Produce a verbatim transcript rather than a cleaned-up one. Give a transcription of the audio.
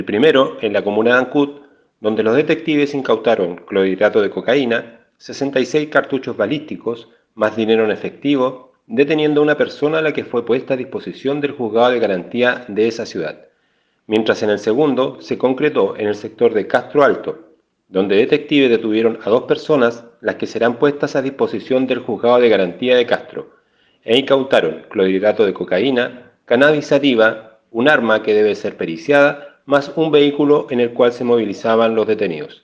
El primero en la comuna de Ancud, donde los detectives incautaron clorhidrato de cocaína, sesenta y seis cartuchos balísticos, más dinero en efectivo, deteniendo a una persona a la que fue puesta a disposición del juzgado de garantía de esa ciudad. Mientras en el segundo se concretó en el sector de Castro Alto, donde detectives detuvieron a dos personas, las que serán puestas a disposición del juzgado de garantía de Castro, e incautaron clorhidrato de cocaína, cannabis sativa, un arma que debe ser periciada, más un vehículo en el cual se movilizaban los detenidos.